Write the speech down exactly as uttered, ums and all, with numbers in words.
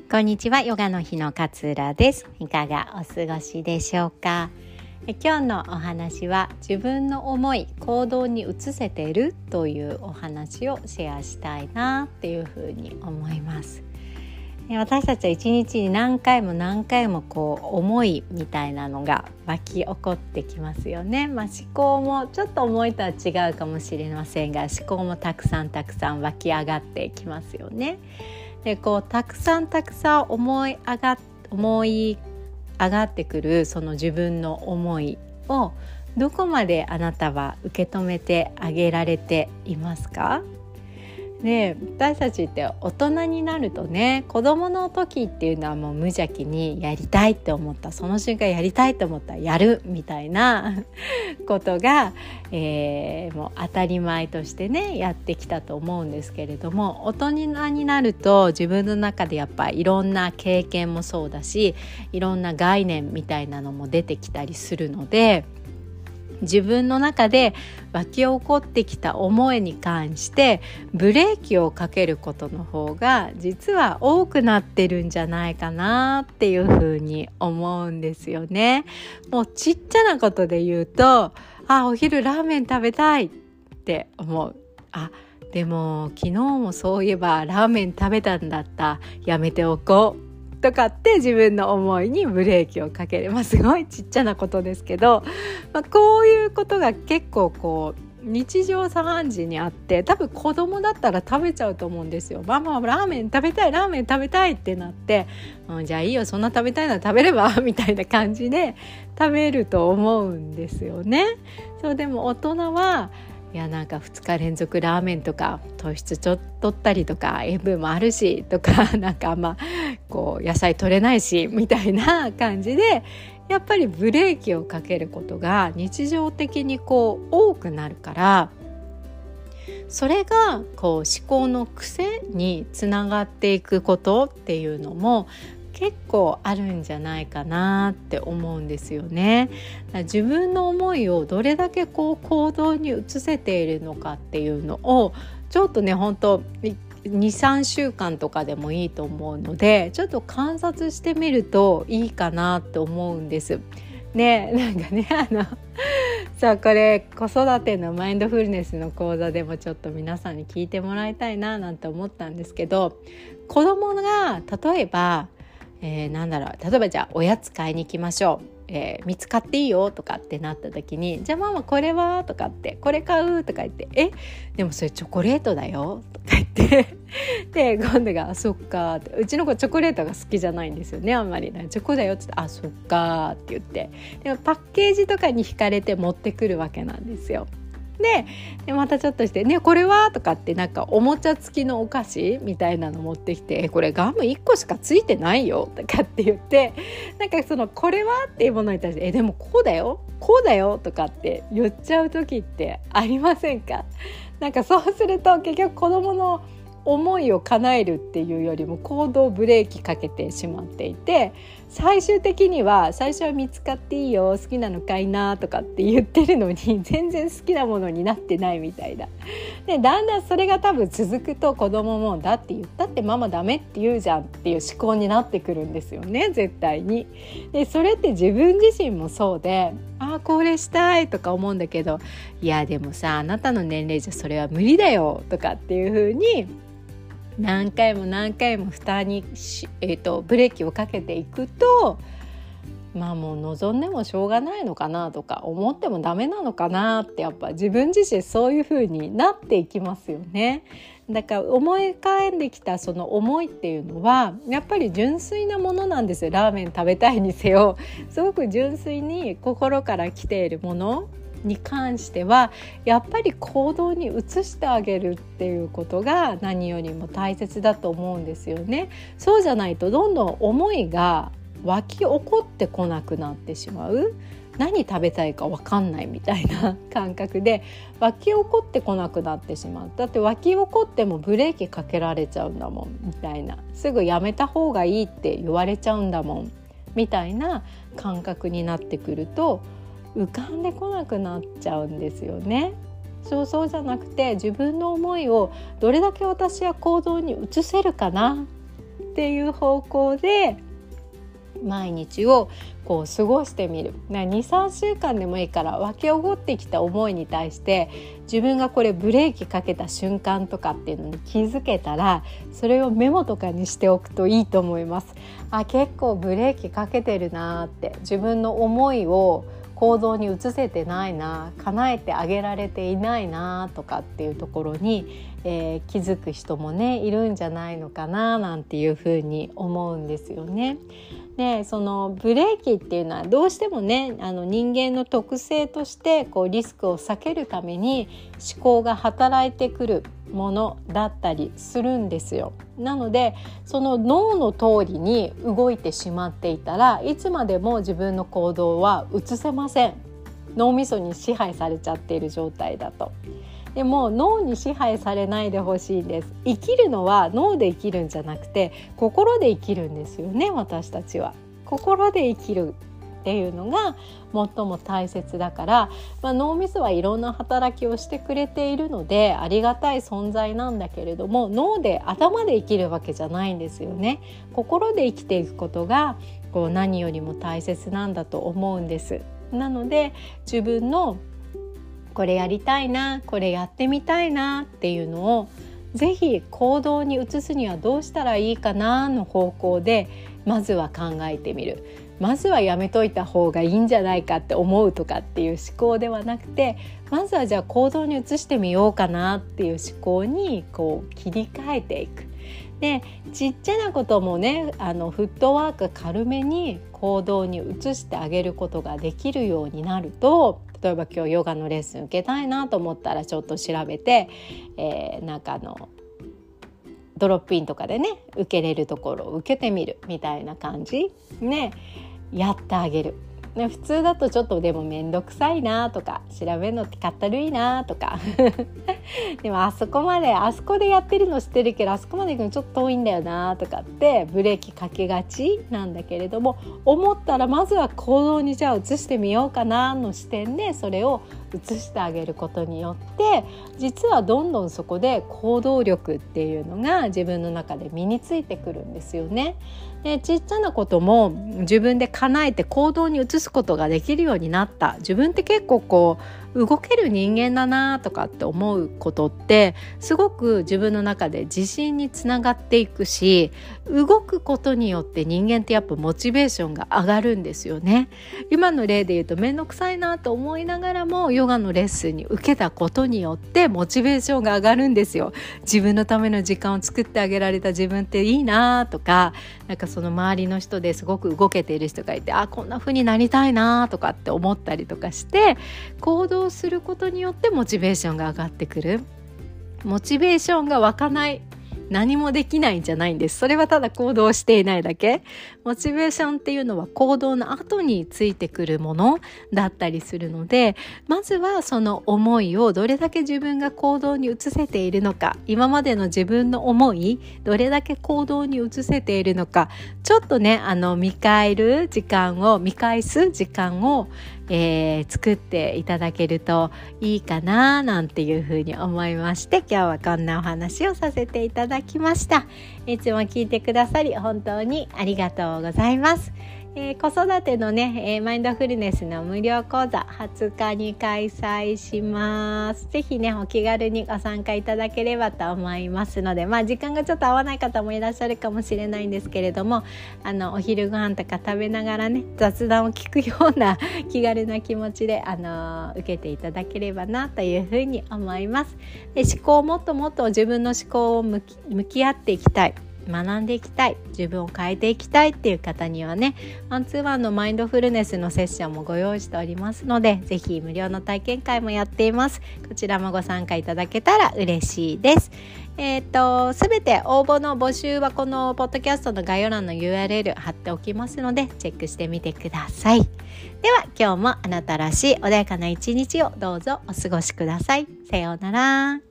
こんにちは、ヨガの日の勝浦です。いかがお過ごしでしょうか。え今日のお話は自分の思い行動に移せているというお話をシェアしたいなっていうふうに思います。私たちは一日に何回も何回もこう思いみたいなのが湧き起こってきますよね。まあ、思考もちょっと思いとは違うかもしれませんが、思考もたくさんたくさん湧き上がってきますよね。でこうたくさんたくさん思い上が思い上がってくるその自分の思いをどこまであなたは受け止めてあげられていますか？で私たちって大人になるとね、子供の時っていうのはもう無邪気にやりたいって思ったその瞬間やりたいと思ったらやるみたいなことが、えー、もう当たり前としてねやってきたと思うんですけれども、大人になると自分の中でやっぱりいろんな経験もそうだし、いろんな概念みたいなのも出てきたりするので、自分の中で湧き起こってきた思いに関してブレーキをかけることの方が実は多くなってるんじゃないかなっていうふうに思うんですよね。もうちっちゃなことで言うと、あ、お昼ラーメン食べたいって思う。あ、でも昨日もそういえばラーメン食べたんだった、やめておこうとかって自分の思いにブレーキをかける、まあ、すごいちっちゃなことですけど、まあ、こういうことが結構こう日常茶飯事にあって、多分子供だったら食べちゃうと思うんですよ。ママラーメン食べたいラーメン食べたいってなって、うん、じゃあいいよ、そんな食べたいなら食べればみたいな感じで食べると思うんですよね。そうでも大人はいやなんかふつか連続ラーメンとか糖質ちょっと取ったりとか塩分もあるしとか、なんかあんまこう野菜取れないしみたいな感じでやっぱりブレーキをかけることが日常的にこう多くなるから、それがこう思考の癖につながっていくことっていうのも結構あるんじゃないかなって思うんですよね。だから自分の思いをどれだけこう行動に移せているのかっていうのをちょっとね、本当にさんしゅうかんとかでもいいと思うので、ちょっと観察してみるといいかなと思うんですね。なんかね、あのさあこれ子育てのマインドフルネスの講座でもちょっと皆さんに聞いてもらいたいななんて思ったんですけど、子供が例えばえー、なんだろう例えばじゃあおやつ買いに行きましょう、えー、見つかっていいよとかってなった時に、じゃあママこれはとかってこれ買うとか言って、えでもそれチョコレートだよとか言ってで今度がそっかって、うちの子チョコレートが好きじゃないんですよね、あんまり。チョコだよって言って、あそっかって言って、でもパッケージとかに惹かれて持ってくるわけなんですよ。で, でまたちょっとしてね、これはとかってなんかおもちゃ付きのお菓子みたいなの持ってきて、これガムいっこしかついてないよとかって言って、なんかそのこれはっていうものに対してえでもこうだよこうだよとかって言っちゃう時ってありませんか？なんかそうすると結局子供の思いを叶えるっていうよりも行動ブレーキかけてしまっていて、最終的には最初は見つかっていいよ好きなの買いなとかって言ってるのに全然好きなものになってないみたいな。でだんだんそれが多分続くと、子供もだって言ったってママダメって言うじゃんっていう思考になってくるんですよね、絶対に。でそれって自分自身もそうで、あこれしたいとか思うんだけど、いやでもさあなたの年齢じゃそれは無理だよとかっていう風に何回も何回も蓋に、えーと、ブレーキをかけていくと、まあもう望んでもしょうがないのかなとか思ってもダメなのかなって、やっぱ自分自身そういう風になっていきますよね。だから思い浮かんできたその思いっていうのはやっぱり純粋なものなんですよ。ラーメン食べたいにせよすごく純粋に心から来ているものに関してはやっぱり行動に移してあげるっていうことが何よりも大切だと思うんですよね。そうじゃないとどんどん思いが湧き起こってこなくなってしまう。何食べたいか分かんないみたいな感覚で湧き起こってこなくなってしまう。だって湧き起こってもブレーキかけられちゃうんだもんみたいな、すぐやめた方がいいって言われちゃうんだもんみたいな感覚になってくると浮かんでこなくなっちゃうんですよね。そうそうじゃなくて、自分の思いをどれだけ私は行動に移せるかなっっていう方向で毎日をこう過ごしてみる。にさんしゅうかんでもいいから湧き起こってきた思いに対して自分がこれブレーキかけた瞬間とかっていうのに気づけたら、それをメモとかにしておくといいと思います。あ、結構ブレーキかけてるなって、自分の思いを行動に移せてないな、叶えてあげられていないなとかっていうところに、えー、気づく人もねいるんじゃないのかななんていうふうに思うんですよね。でそのブレーキっていうのはどうしてもね、あの人間の特性としてこうリスクを避けるために思考が働いてくるものだったりするんですよ。なのでその脳の通りに動いてしまっていたらいつまでも自分の行動は移せません。脳みそに支配されちゃっている状態だと。でも脳に支配されないでほしいんです。生きるのは脳で生きるんじゃなくて心で生きるんですよね。私たちは心で生きるっていうのが最も大切だから、まあ、脳みそはいろんな働きをしてくれているのでありがたい存在なんだけれども、脳で頭で生きるわけじゃないんですよね。心で生きていくことがこう何よりも大切なんだと思うんです。なので自分のこれやりたいな、これやってみたいなっていうのをぜひ行動に移すにはどうしたらいいかなの方向でまずは考えてみる。まずはやめといた方がいいんじゃないかって思うとかっていう思考ではなくて、まずはじゃあ行動に移してみようかなっていう思考にこう切り替えていく。でちっちゃなこともね、あのフットワーク軽めに行動に移してあげることができるようになると、例えば今日ヨガのレッスン受けたいなと思ったらちょっと調べて、えー、なんかあのドロップインとかでね受けれるところを受けてみるみたいな感じね、やってあげる。ね、普通だとちょっとでもめんどくさいなとか調べるのってかったるいなとかでもあそこまであそこでやってるの知ってるけどあそこまで行くのちょっと遠いんだよなとかってブレーキかけがちなんだけれども、思ったらまずは行動にじゃあ移してみようかなの視点でそれを移してあげることによって実はどんどんそこで行動力っていうのが自分の中で身についてくるんですよね。でちっちゃなことも自分で叶えて行動に移すことができるようになった。自分って結構こう動ける人間だなとかって思うことってすごく自分の中で自信につながっていくし、動くことによって人間ってやっぱモチベーションが上がるんですよね。今の例で言うとめんどくさいなと思いながらもヨガのレッスンに受けたことによってモチベーションが上がるんですよ。自分のための時間を作ってあげられた自分っていいなとか、なんかその周りの人ですごく動けている人がいて、あこんな風になりたいなとかって思ったりとかして行動することによってモチベーションが上がってくる。モチベーションが湧かない、何もできないんじゃないんです。それはただ行動していないだけ。モチベーションっていうのは行動の後についてくるものだったりするので、まずはその思いをどれだけ自分が行動に移せているのか、今までの自分の思いどれだけ行動に移せているのか、ちょっとねあの見返る時間を見返す時間をえー、作っていただけるといいかななんていうふうに思いまして、今日はこんなお話をさせていただきました。いつも聞いてくださり本当にありがとうございます。えー、子育てのね、えー、マインドフルネスの無料講座はつかに開催します。ぜひねお気軽にご参加いただければと思いますので、まあ時間がちょっと合わない方もいらっしゃるかもしれないんですけれども、あのお昼ご飯とか食べながらね雑談を聞くような気軽な気持ちで、あのー、受けていただければなというふうに思います。で思考をもっともっと自分の思考を向き、向き合っていきたい、学んでいきたい、自分を変えていきたいっていう方にはね、ワンツーワンのマインドフルネスのセッションもご用意しておりますので、ぜひ無料の体験会もやっています。こちらもご参加いただけたら嬉しいです。えっと、すべて応募の募集はこのポッドキャストの概要欄の ユーアールエル 貼っておきますので、チェックしてみてください。では今日もあなたらしい穏やかな一日をどうぞお過ごしください。さようなら。